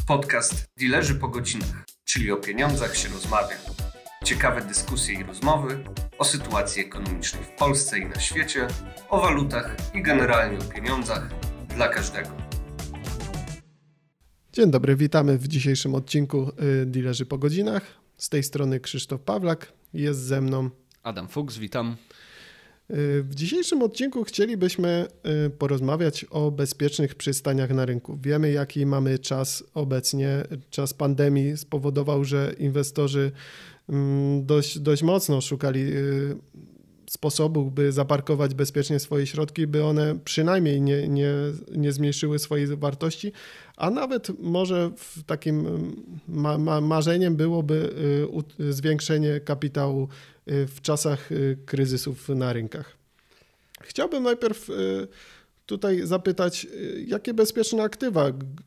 Podcast Dilerzy po godzinach, czyli o pieniądzach się rozmawia. Ciekawe dyskusje i rozmowy o sytuacji ekonomicznej w Polsce i na świecie, o walutach i generalnie o pieniądzach dla każdego. Dzień dobry, witamy w dzisiejszym odcinku Dilerzy po godzinach. Z tej strony Krzysztof Pawlak, jest ze mną Adam Fuchs, witam. W dzisiejszym odcinku chcielibyśmy porozmawiać o bezpiecznych przystaniach na rynku. Wiemy, jaki mamy czas obecnie. Czas pandemii spowodował, że inwestorzy dość mocno szukali sposobu, by zaparkować bezpiecznie swoje środki, by one przynajmniej nie zmniejszyły swojej wartości, a nawet może w takim marzeniem byłoby zwiększenie kapitału w czasach kryzysów na rynkach. Chciałbym najpierw tutaj zapytać, jakie bezpieczne aktywa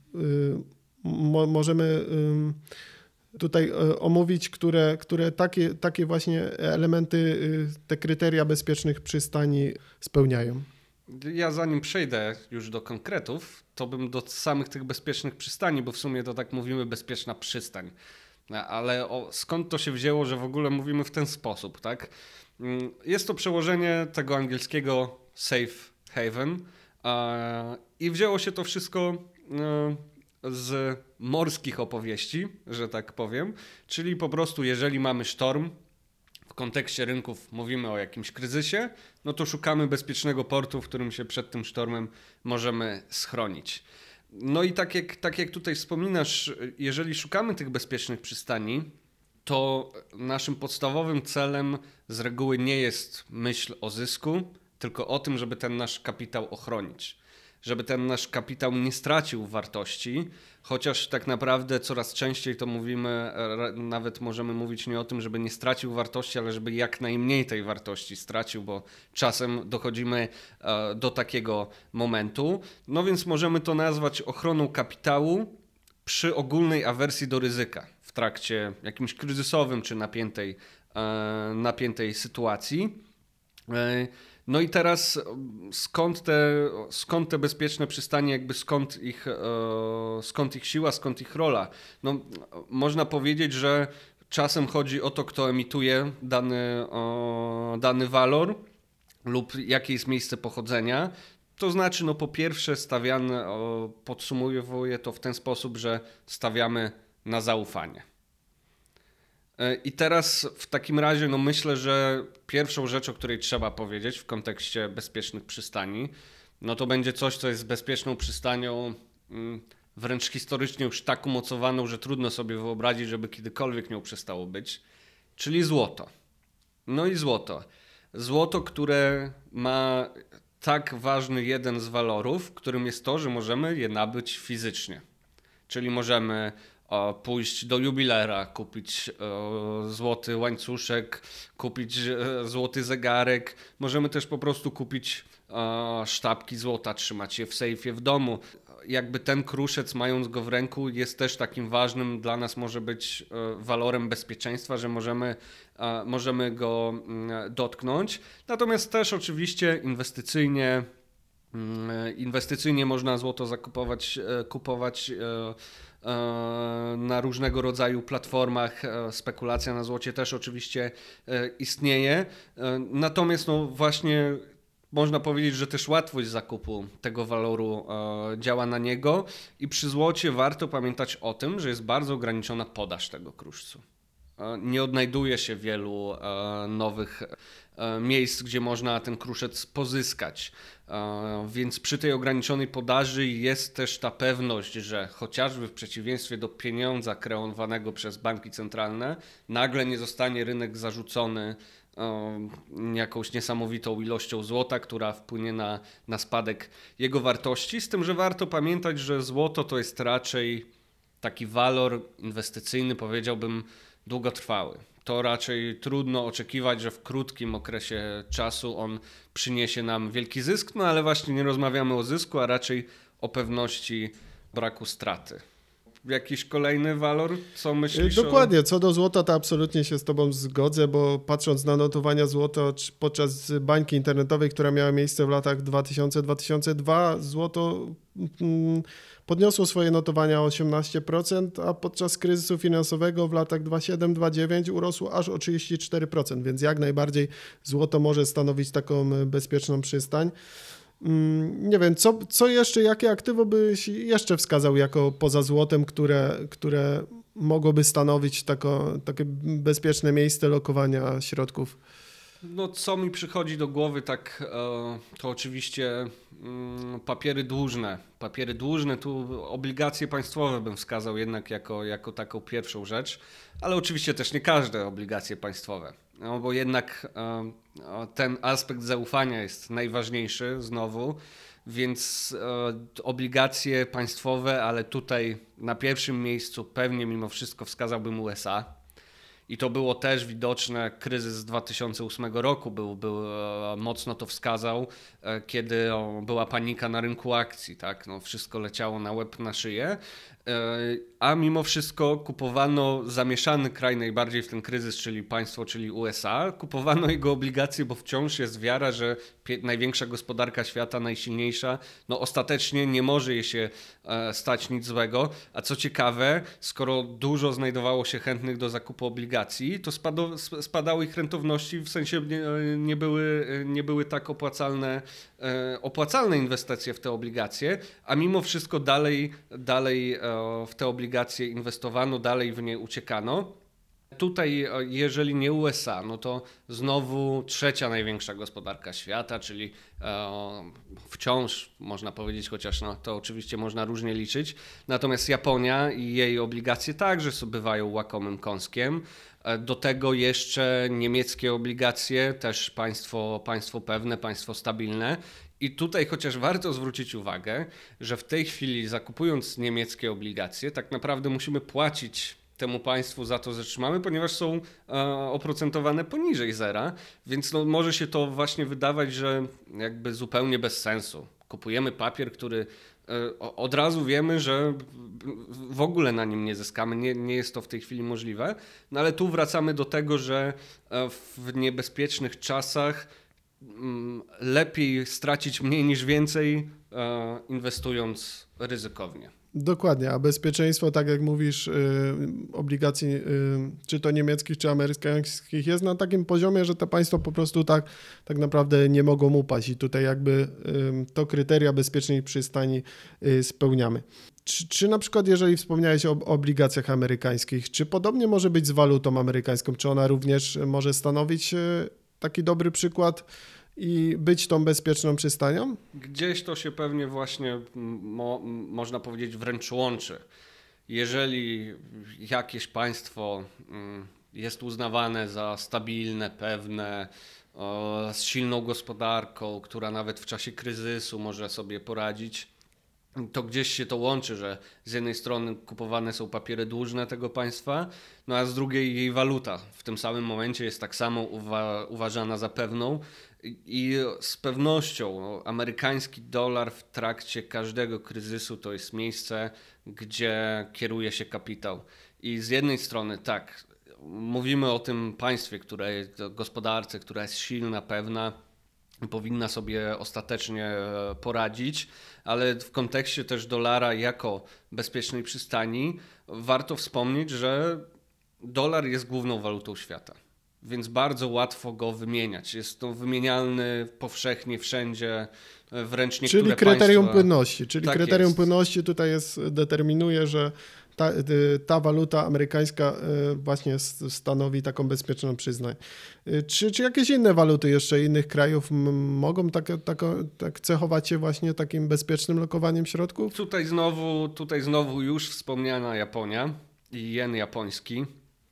możemy tutaj omówić, które takie właśnie elementy, te kryteria bezpiecznych przystani spełniają. Ja zanim przejdę już do konkretów, to bym do samych tych bezpiecznych przystani, bo w sumie to tak mówimy bezpieczna przystań. Ale skąd to się wzięło, że w ogóle mówimy w ten sposób, tak? Jest to przełożenie tego angielskiego safe haven i wzięło się to wszystko z morskich opowieści, że tak powiem, czyli po prostu jeżeli mamy sztorm, w kontekście rynków mówimy o jakimś kryzysie, no to szukamy bezpiecznego portu, w którym się przed tym sztormem możemy schronić. No i tak jak tutaj wspominasz, jeżeli szukamy tych bezpiecznych przystani, to naszym podstawowym celem z reguły nie jest myśl o zysku, tylko o tym, żeby ten nasz kapitał ochronić. Żeby ten nasz kapitał nie stracił wartości, chociaż tak naprawdę coraz częściej to mówimy, nawet możemy mówić nie o tym, żeby nie stracił wartości, ale żeby jak najmniej tej wartości stracił, bo czasem dochodzimy do takiego momentu. No więc możemy to nazwać ochroną kapitału przy ogólnej awersji do ryzyka w trakcie jakimś kryzysowym czy napiętej sytuacji. No i teraz skąd te bezpieczne przystanie, jakby skąd ich siła, skąd ich rola? No, można powiedzieć, że czasem chodzi o to, kto emituje dany walor lub jakie jest miejsce pochodzenia. To znaczy, no po pierwsze podsumowuję to w ten sposób, że stawiamy na zaufanie. I teraz w takim razie myślę, że pierwszą rzecz, o której trzeba powiedzieć w kontekście bezpiecznych przystani, no to będzie coś, co jest bezpieczną przystanią wręcz historycznie już tak umocowaną, że trudno sobie wyobrazić, żeby kiedykolwiek nią przestało być, czyli złoto. No i złoto. Złoto, które ma tak ważny jeden z walorów, którym jest to, że możemy je nabyć fizycznie. Czyli możemy pójść do jubilera, kupić złoty łańcuszek, kupić złoty zegarek. Możemy też po prostu kupić sztabki złota, trzymać je w sejfie w domu. Jakby ten kruszec, mając go w ręku, jest też takim ważnym dla nas, może być walorem bezpieczeństwa, że możemy go dotknąć. Natomiast też oczywiście inwestycyjnie można złoto kupować na różnego rodzaju platformach. Spekulacja na złocie też oczywiście istnieje. Natomiast właśnie można powiedzieć, że też łatwość zakupu tego waloru działa na niego i przy złocie warto pamiętać o tym, że jest bardzo ograniczona podaż tego kruszcu. Nie odnajduje się wielu nowych miejsc, gdzie można ten kruszec pozyskać. Więc przy tej ograniczonej podaży jest też ta pewność, że chociażby w przeciwieństwie do pieniądza kreowanego przez banki centralne, nagle nie zostanie rynek zarzucony jakąś niesamowitą ilością złota, która wpłynie na spadek jego wartości. Z tym, że warto pamiętać, że złoto to jest raczej taki walor inwestycyjny, powiedziałbym, długotrwały. To raczej trudno oczekiwać, że w krótkim okresie czasu on przyniesie nam wielki zysk, no ale właśnie nie rozmawiamy o zysku, a raczej o pewności braku straty. jakiś kolejny walor? Co myślisz? Dokładnie, co do złota, to absolutnie się z tobą zgodzę, bo patrząc na notowania złota podczas bańki internetowej, która miała miejsce w latach 2000-2002, złoto podniosło swoje notowania o 18%, a podczas kryzysu finansowego w latach 2007-2009 urosło aż o 34%, więc jak najbardziej złoto może stanowić taką bezpieczną przystań. Nie wiem, co jeszcze, jakie aktywo byś jeszcze wskazał jako poza złotem, które mogłoby stanowić takie bezpieczne miejsce lokowania środków? No co mi przychodzi do głowy, tak to oczywiście papiery dłużne. Papiery dłużne, tu obligacje państwowe bym wskazał jednak jako taką pierwszą rzecz, ale oczywiście też nie każde obligacje państwowe, no bo jednak ten aspekt zaufania jest najważniejszy znowu, więc obligacje państwowe, ale tutaj na pierwszym miejscu pewnie mimo wszystko wskazałbym USA. I to było też widoczne, kryzys z 2008 roku mocno to wskazał, kiedy była panika na rynku akcji, tak? No, wszystko leciało na łeb, na szyję, a mimo wszystko kupowano zamieszany kraj najbardziej w ten kryzys, czyli państwo, czyli USA, kupowano jego obligacje, bo wciąż jest wiara, że największa gospodarka świata, najsilniejsza, no ostatecznie nie może jej się stać nic złego, a co ciekawe, skoro dużo znajdowało się chętnych do zakupu obligacji, to spadały ich rentowności, w sensie nie były tak opłacalne inwestycje w te obligacje, a mimo wszystko dalej w te obligacje inwestowano, dalej w nie uciekano. Tutaj, jeżeli nie USA, no to znowu trzecia największa gospodarka świata, czyli wciąż można powiedzieć, chociaż no, to oczywiście można różnie liczyć. Natomiast Japonia i jej obligacje także bywają łakomym kąskiem. Do tego jeszcze niemieckie obligacje, też państwo pewne, państwo stabilne. I tutaj chociaż warto zwrócić uwagę, że w tej chwili zakupując niemieckie obligacje, tak naprawdę musimy płacić temu państwu za to, że trzymamy, ponieważ są oprocentowane poniżej zera, więc no, może się to właśnie wydawać, że jakby zupełnie bez sensu. Kupujemy papier, który od razu wiemy, że w ogóle na nim nie zyskamy, nie jest to w tej chwili możliwe, no ale tu wracamy do tego, że w niebezpiecznych czasach lepiej stracić mniej niż więcej, inwestując ryzykownie. Dokładnie, a bezpieczeństwo, tak jak mówisz, obligacji czy to niemieckich, czy amerykańskich jest na takim poziomie, że te państwa po prostu tak naprawdę nie mogą upaść i tutaj jakby to kryteria bezpiecznej przystani spełniamy. Czy na przykład, jeżeli wspomniałeś o obligacjach amerykańskich, czy podobnie może być z walutą amerykańską? Czy ona również może stanowić taki dobry przykład i być tą bezpieczną przystanią? Gdzieś to się pewnie właśnie można powiedzieć wręcz łączy. Jeżeli jakieś państwo jest uznawane za stabilne, pewne, z silną gospodarką, która nawet w czasie kryzysu może sobie poradzić, to gdzieś się to łączy, że z jednej strony kupowane są papiery dłużne tego państwa, no a z drugiej jej waluta w tym samym momencie jest tak samo uważana za pewną i z pewnością amerykański dolar w trakcie każdego kryzysu to jest miejsce, gdzie kieruje się kapitał. I z jednej strony tak, mówimy o tym państwie, gospodarce, która jest silna, pewna, powinna sobie ostatecznie poradzić, ale w kontekście też dolara jako bezpiecznej przystani warto wspomnieć, że dolar jest główną walutą świata, więc bardzo łatwo go wymieniać. Jest to wymienialny powszechnie wszędzie, wręcz niektóre państwa... Czyli kryterium płynności. Tak kryterium płynności tutaj determinuje, że ta waluta amerykańska właśnie stanowi taką bezpieczną przyznań. Czy jakieś inne waluty jeszcze innych krajów mogą tak cechować się właśnie takim bezpiecznym lokowaniem środków? Tutaj znowu już wspomniana Japonia i jen japoński.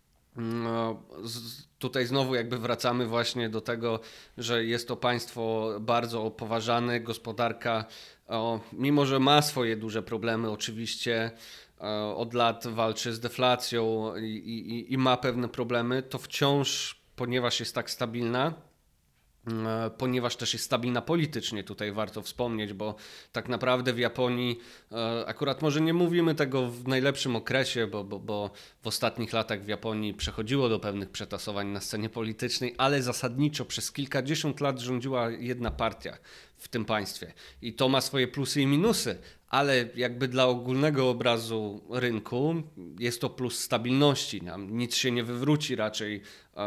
Tutaj znowu jakby wracamy właśnie do tego, że jest to państwo bardzo poważane, gospodarka, mimo że ma swoje duże problemy oczywiście, od lat walczy z deflacją i ma pewne problemy, to wciąż, ponieważ jest tak stabilna, ponieważ też jest stabilna politycznie, tutaj warto wspomnieć, bo tak naprawdę w Japonii, akurat może nie mówimy tego w najlepszym okresie, bo w ostatnich latach w Japonii przechodziło do pewnych przetasowań na scenie politycznej, ale zasadniczo przez kilkadziesiąt lat rządziła jedna partia w tym państwie i to ma swoje plusy i minusy, ale jakby dla ogólnego obrazu rynku jest to plus stabilności. Nic się nie wywróci raczej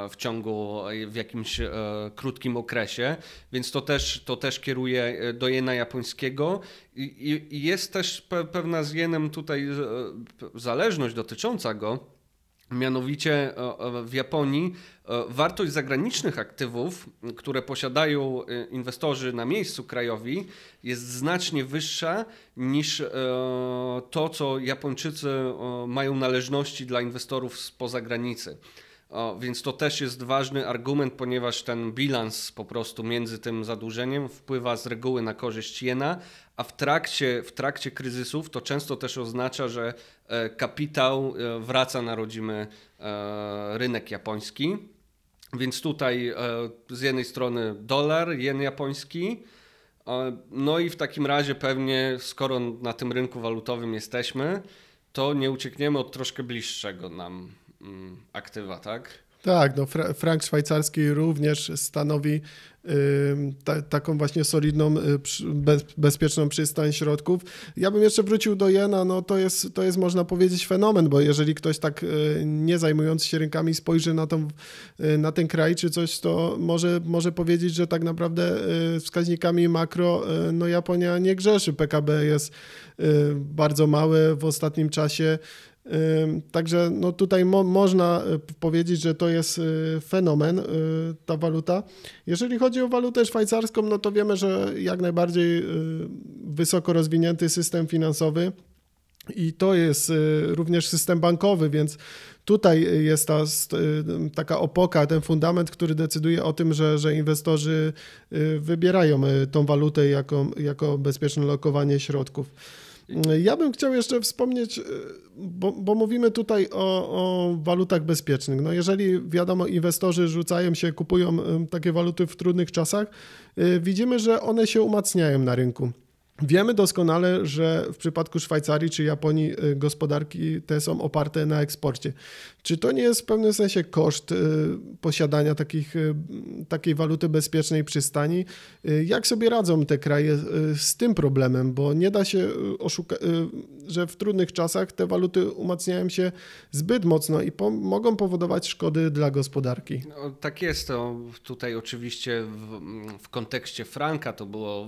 w jakimś krótkim okresie, więc to też kieruje do jena japońskiego i jest też pewna z jenem tutaj zależność dotycząca go. Mianowicie w Japonii wartość zagranicznych aktywów, które posiadają inwestorzy na miejscu krajowi, jest znacznie wyższa niż to, co Japończycy mają należności dla inwestorów spoza granicy. Więc to też jest ważny argument, ponieważ ten bilans po prostu między tym zadłużeniem wpływa z reguły na korzyść jena, a w trakcie kryzysów to często też oznacza, że kapitał wraca na rodzimy rynek japoński. Więc tutaj z jednej strony dolar, jen japoński, no i w takim razie pewnie, skoro na tym rynku walutowym jesteśmy, to nie uciekniemy od troszkę bliższego nam aktywa, tak? Tak, no frank szwajcarski również stanowi taką właśnie solidną, bezpieczną przystań środków. Ja bym jeszcze wrócił do jena, no to jest można powiedzieć fenomen, bo jeżeli ktoś tak nie zajmujący się rynkami spojrzy na ten kraj czy coś, to może powiedzieć, że tak naprawdę wskaźnikami makro no Japonia nie grzeszy. PKB jest bardzo małe w ostatnim czasie. Także no tutaj można powiedzieć, że to jest fenomen, ta waluta. Jeżeli chodzi o walutę szwajcarską, no to wiemy, że jak najbardziej wysoko rozwinięty system finansowy i to jest również system bankowy, więc tutaj jest taka opoka, ten fundament, który decyduje o tym, że inwestorzy wybierają tą walutę jako bezpieczne lokowanie środków. Ja bym chciał jeszcze wspomnieć, bo mówimy tutaj o walutach bezpiecznych. No jeżeli wiadomo, inwestorzy rzucają się, kupują takie waluty w trudnych czasach, widzimy, że one się umacniają na rynku. Wiemy doskonale, że w przypadku Szwajcarii czy Japonii gospodarki te są oparte na eksporcie. Czy to nie jest w pewnym sensie koszt posiadania takiej waluty bezpiecznej przystani? Jak sobie radzą te kraje z tym problemem? Bo nie da się oszukać, że w trudnych czasach te waluty umacniają się zbyt mocno i mogą powodować szkody dla gospodarki. No, tak jest. To tutaj oczywiście w kontekście franka to było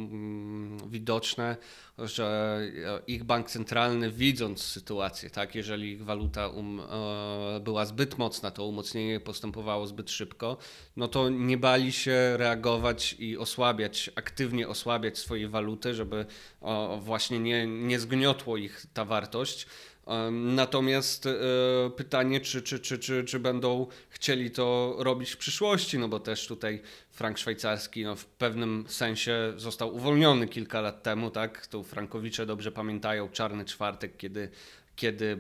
widoczne, że ich bank centralny, widząc sytuację, tak, jeżeli ich waluta była zbyt mocna, to umocnienie postępowało zbyt szybko, no to nie bali się reagować i aktywnie osłabiać swojej waluty, żeby właśnie nie zgniotło ich ta wartość. Natomiast pytanie, czy będą chcieli to robić w przyszłości, no bo też tutaj frank szwajcarski w pewnym sensie został uwolniony kilka lat temu, tak? Tu frankowicze dobrze pamiętają czarny czwartek, kiedy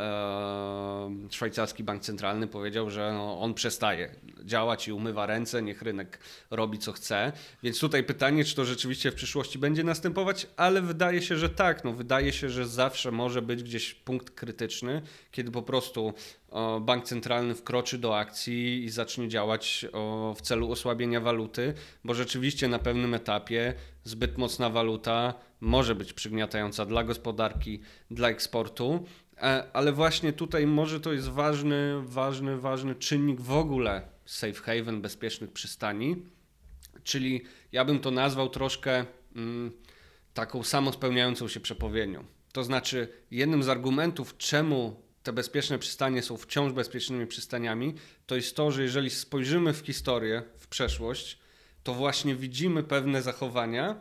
szwajcarski bank centralny powiedział, że on przestaje działać i umywa ręce, niech rynek robi co chce. Więc tutaj pytanie, czy to rzeczywiście w przyszłości będzie następować, ale wydaje się, że tak. No, wydaje się, że zawsze może być gdzieś punkt krytyczny, kiedy po prostu bank centralny wkroczy do akcji i zacznie działać w celu osłabienia waluty, bo rzeczywiście na pewnym etapie zbyt mocna waluta może być przygniatająca dla gospodarki, dla eksportu, ale właśnie tutaj może to jest ważny czynnik w ogóle safe haven, bezpiecznych przystani, czyli ja bym to nazwał troszkę taką samospełniającą się przepowiednią. To znaczy jednym z argumentów, czemu te bezpieczne przystanie są wciąż bezpiecznymi przystaniami, to jest to, że jeżeli spojrzymy w historię, w przeszłość, to właśnie widzimy pewne zachowania.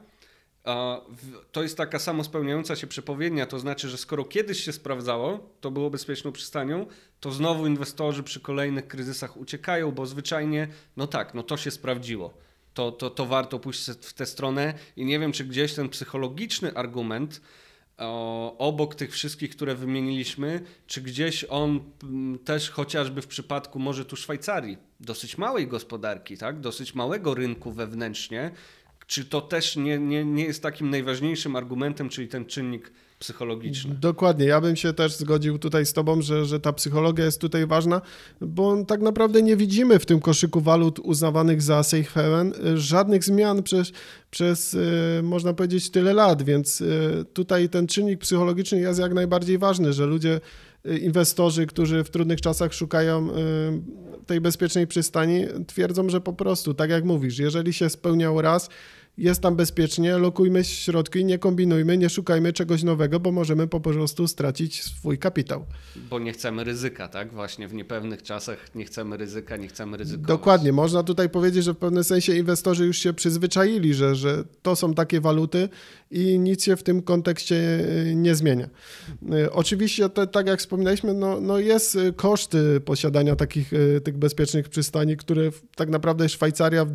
To jest taka samospełniająca się przepowiednia, to znaczy, że skoro kiedyś się sprawdzało, to było bezpieczną przystanią, to znowu inwestorzy przy kolejnych kryzysach uciekają, bo zwyczajnie, to się sprawdziło. To warto pójść w tę stronę i nie wiem, czy gdzieś ten psychologiczny argument obok tych wszystkich, które wymieniliśmy, czy gdzieś on też chociażby w przypadku może tu Szwajcarii, dosyć małej gospodarki, tak? Dosyć małego rynku wewnętrznie, czy to też nie jest takim najważniejszym argumentem, czyli ten czynnik psychologiczny? Dokładnie, ja bym się też zgodził tutaj z tobą, że ta psychologia jest tutaj ważna, bo tak naprawdę nie widzimy w tym koszyku walut uznawanych za safe haven żadnych zmian przez można powiedzieć tyle lat, więc tutaj ten czynnik psychologiczny jest jak najbardziej ważny, że ludzie, inwestorzy, którzy w trudnych czasach szukają tej bezpiecznej przystani, twierdzą, że po prostu, tak jak mówisz, jeżeli się spełniał raz, jest tam bezpiecznie, lokujmy środki, nie kombinujmy, nie szukajmy czegoś nowego, bo możemy po prostu stracić swój kapitał. Bo nie chcemy ryzyka, tak? Właśnie w niepewnych czasach nie chcemy ryzyka, nie chcemy ryzykować. Dokładnie, można tutaj powiedzieć, że w pewnym sensie inwestorzy już się przyzwyczaili, że to są takie waluty i nic się w tym kontekście nie zmienia. Oczywiście, tak jak wspominaliśmy, no jest koszty posiadania tych bezpiecznych przystani, które tak naprawdę Szwajcaria w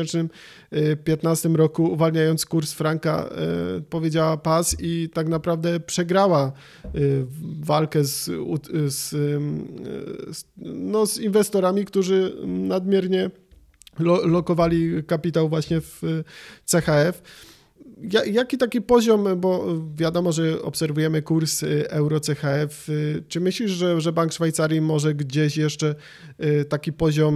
2015 roku, uwalniając kurs franka, powiedziała pas i tak naprawdę przegrała walkę z inwestorami, którzy nadmiernie lokowali kapitał właśnie w CHF. Jaki taki poziom, bo wiadomo, że obserwujemy kurs euro-CHF. Czy myślisz, że Bank Szwajcarii może gdzieś jeszcze taki poziom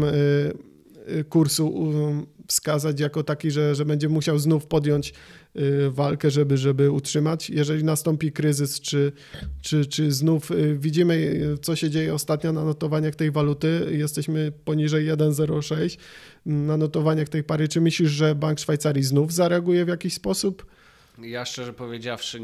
kursu wskazać jako taki, że będzie musiał znów podjąć walkę, żeby utrzymać? Jeżeli nastąpi kryzys, czy znów widzimy, co się dzieje ostatnio na notowaniach tej waluty, jesteśmy poniżej 1,06 na notowaniach tej pary. Czy myślisz, że Bank Szwajcarii znów zareaguje w jakiś sposób? Ja szczerze powiedziawszy,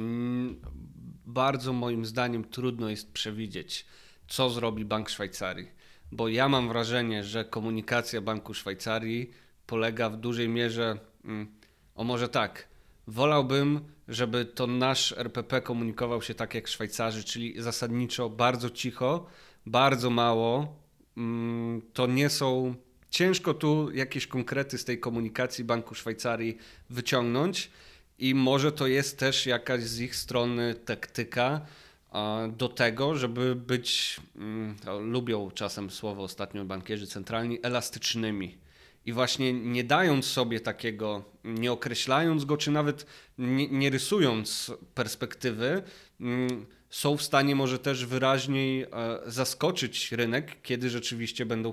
bardzo moim zdaniem trudno jest przewidzieć, co zrobi Bank Szwajcarii, bo ja mam wrażenie, że komunikacja Banku Szwajcarii polega w dużej mierze, może tak, wolałbym, żeby to nasz RPP komunikował się tak jak Szwajcarzy, czyli zasadniczo bardzo cicho, bardzo mało. To nie są, ciężko tu jakieś konkrety z tej komunikacji Banku Szwajcarii wyciągnąć i może to jest też jakaś z ich strony taktyka do tego, żeby być, lubią czasem słowo ostatnio bankierzy centralni, elastycznymi. I właśnie nie dając sobie takiego, nie określając go, czy nawet nie rysując perspektywy, są w stanie może też wyraźniej zaskoczyć rynek, kiedy rzeczywiście będą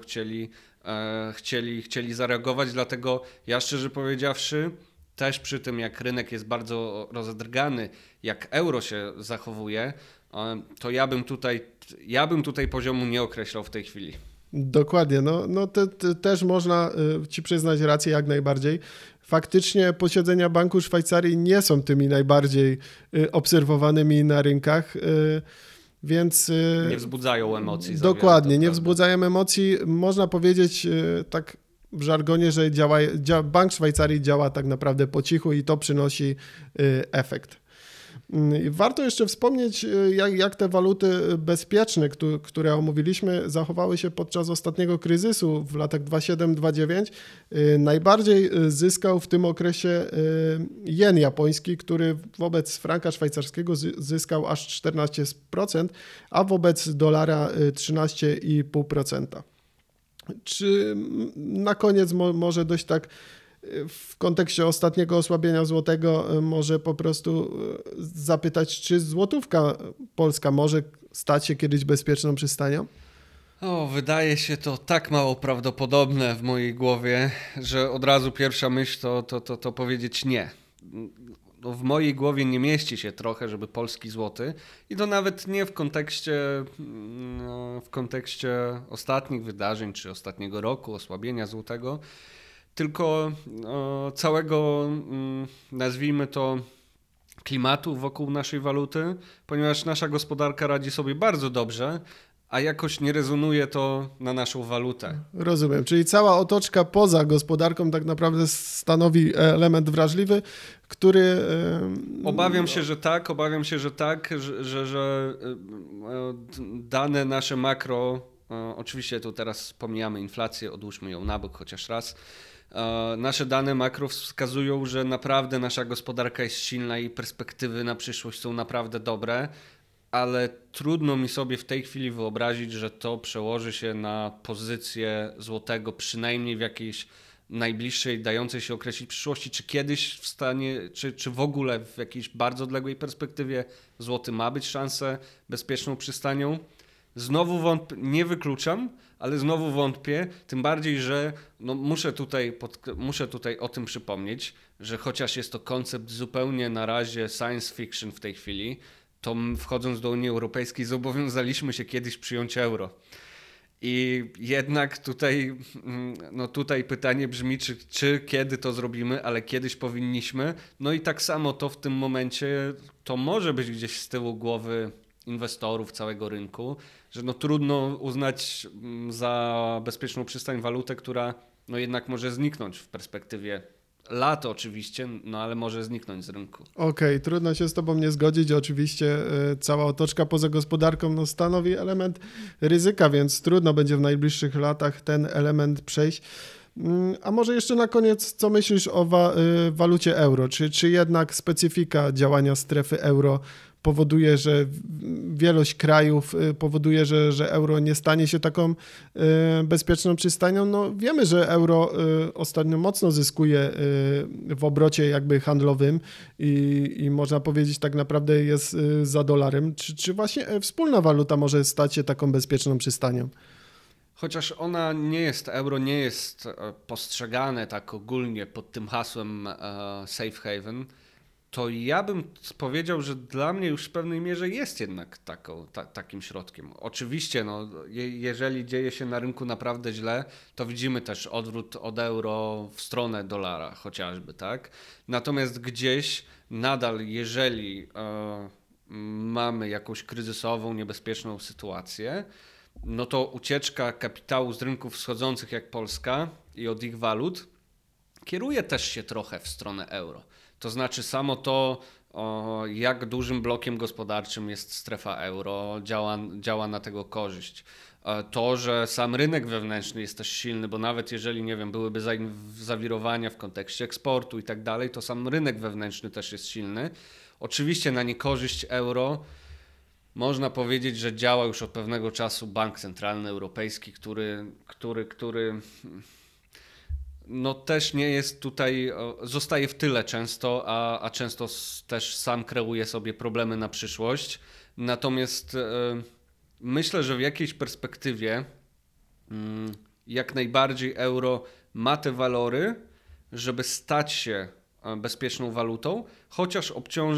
chcieli zareagować. Dlatego ja szczerze powiedziawszy, też przy tym jak rynek jest bardzo rozedrgany, jak euro się zachowuje, to ja bym tutaj poziomu nie określał w tej chwili. Dokładnie, no też można ci przyznać rację jak najbardziej. Faktycznie posiedzenia Banku Szwajcarii nie są tymi najbardziej obserwowanymi na rynkach, więc... Nie wzbudzają emocji. Dokładnie, nie wzbudzają emocji. Można powiedzieć tak w żargonie, że Bank Szwajcarii działa tak naprawdę po cichu i to przynosi efekt. Warto jeszcze wspomnieć, jak te waluty bezpieczne, które omówiliśmy, zachowały się podczas ostatniego kryzysu w latach 2007-2009. Najbardziej zyskał w tym okresie jen japoński, który wobec franka szwajcarskiego zyskał aż 14%, a wobec dolara 13,5%. Czy na koniec może dość tak w kontekście ostatniego osłabienia złotego może po prostu zapytać, czy złotówka polska może stać się kiedyś bezpieczną przystanią? Wydaje się to tak mało prawdopodobne w mojej głowie, że od razu pierwsza myśl to powiedzieć nie. W mojej głowie nie mieści się trochę, żeby polski złoty i to nawet nie w kontekście ostatnich wydarzeń czy ostatniego roku, osłabienia złotego, tylko całego, nazwijmy to, klimatu wokół naszej waluty, ponieważ nasza gospodarka radzi sobie bardzo dobrze, a jakoś nie rezonuje to na naszą walutę. Rozumiem, czyli cała otoczka poza gospodarką tak naprawdę stanowi element wrażliwy, który... Obawiam się, że że dane nasze makro, oczywiście tu teraz pomijamy inflację, odłóżmy ją na bok chociaż raz, Nasze dane makro wskazują, że naprawdę nasza gospodarka jest silna i perspektywy na przyszłość są naprawdę dobre, ale trudno mi sobie w tej chwili wyobrazić, że to przełoży się na pozycję złotego, przynajmniej w jakiejś najbliższej, dającej się określić przyszłości, czy kiedyś w stanie, czy w ogóle w jakiejś bardzo odległej perspektywie złoty ma być szansę bezpieczną przystanią. Znowu nie wykluczam, ale znowu wątpię, tym bardziej, że muszę tutaj o tym przypomnieć, że chociaż jest to koncept zupełnie na razie science fiction w tej chwili, to wchodząc do Unii Europejskiej zobowiązaliśmy się kiedyś przyjąć euro. I jednak tutaj pytanie brzmi, czy kiedy to zrobimy, ale kiedyś powinniśmy. No i tak samo to w tym momencie to może być gdzieś z tyłu głowy inwestorów całego rynku, że trudno uznać za bezpieczną przystań walutę, która jednak może zniknąć w perspektywie lat oczywiście, ale może zniknąć z rynku. Okej, trudno się z tobą nie zgodzić. Oczywiście cała otoczka poza gospodarką stanowi element ryzyka, więc trudno będzie w najbliższych latach ten element przejść. A może jeszcze na koniec, co myślisz o walucie euro? Czy jednak specyfika działania strefy euro powoduje, że wielość krajów powoduje, że euro nie stanie się taką bezpieczną przystanią? No wiemy, że euro ostatnio mocno zyskuje w obrocie jakby handlowym i można powiedzieć tak naprawdę jest za dolarem. Czy właśnie wspólna waluta może stać się taką bezpieczną przystanią? Chociaż euro nie jest postrzegane tak ogólnie pod tym hasłem safe haven, to ja bym powiedział, że dla mnie już w pewnej mierze jest jednak takim środkiem. Oczywiście, jeżeli dzieje się na rynku naprawdę źle, to widzimy też odwrót od euro w stronę dolara chociażby, tak? Natomiast gdzieś nadal, jeżeli mamy jakąś kryzysową, niebezpieczną sytuację, no to ucieczka kapitału z rynków wschodzących jak Polska i od ich walut kieruje też się trochę w stronę euro. To znaczy samo to, jak dużym blokiem gospodarczym jest strefa euro, działa na tego korzyść. To, że sam rynek wewnętrzny jest też silny, bo nawet jeżeli, byłyby zawirowania w kontekście eksportu i tak dalej, to sam rynek wewnętrzny też jest silny. Oczywiście na niekorzyść euro można powiedzieć, że działa już od pewnego czasu Bank Centralny Europejski, który też nie jest tutaj, zostaje w tyle często, a często też sam kreuje sobie problemy na przyszłość. Natomiast myślę, że w jakiejś perspektywie jak najbardziej euro ma te walory, żeby stać się bezpieczną walutą, chociaż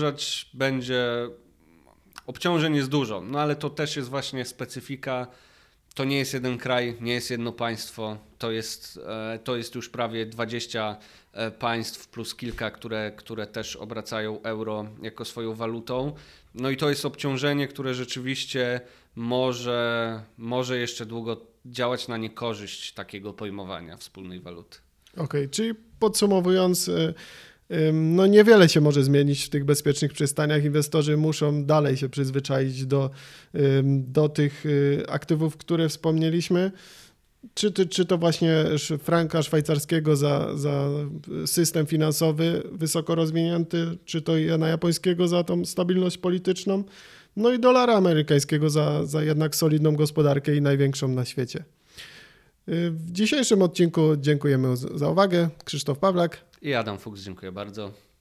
obciążeń jest dużo, ale to też jest właśnie specyfika. To nie jest jeden kraj, nie jest jedno państwo, to jest już prawie 20 państw plus kilka, które też obracają euro jako swoją walutą. No i to jest obciążenie, które rzeczywiście może jeszcze długo działać na niekorzyść takiego pojmowania wspólnej waluty. Okej, czyli podsumowując, niewiele się może zmienić w tych bezpiecznych przystaniach. Inwestorzy muszą dalej się przyzwyczaić do tych aktywów, które wspomnieliśmy. Czy to właśnie franka szwajcarskiego za system finansowy wysoko rozwinięty, czy to jena japońskiego za tą stabilność polityczną, no i dolara amerykańskiego za jednak solidną gospodarkę i największą na świecie. W dzisiejszym odcinku dziękujemy za uwagę. Krzysztof Pawlak i Adam Fuchs, dziękuję bardzo.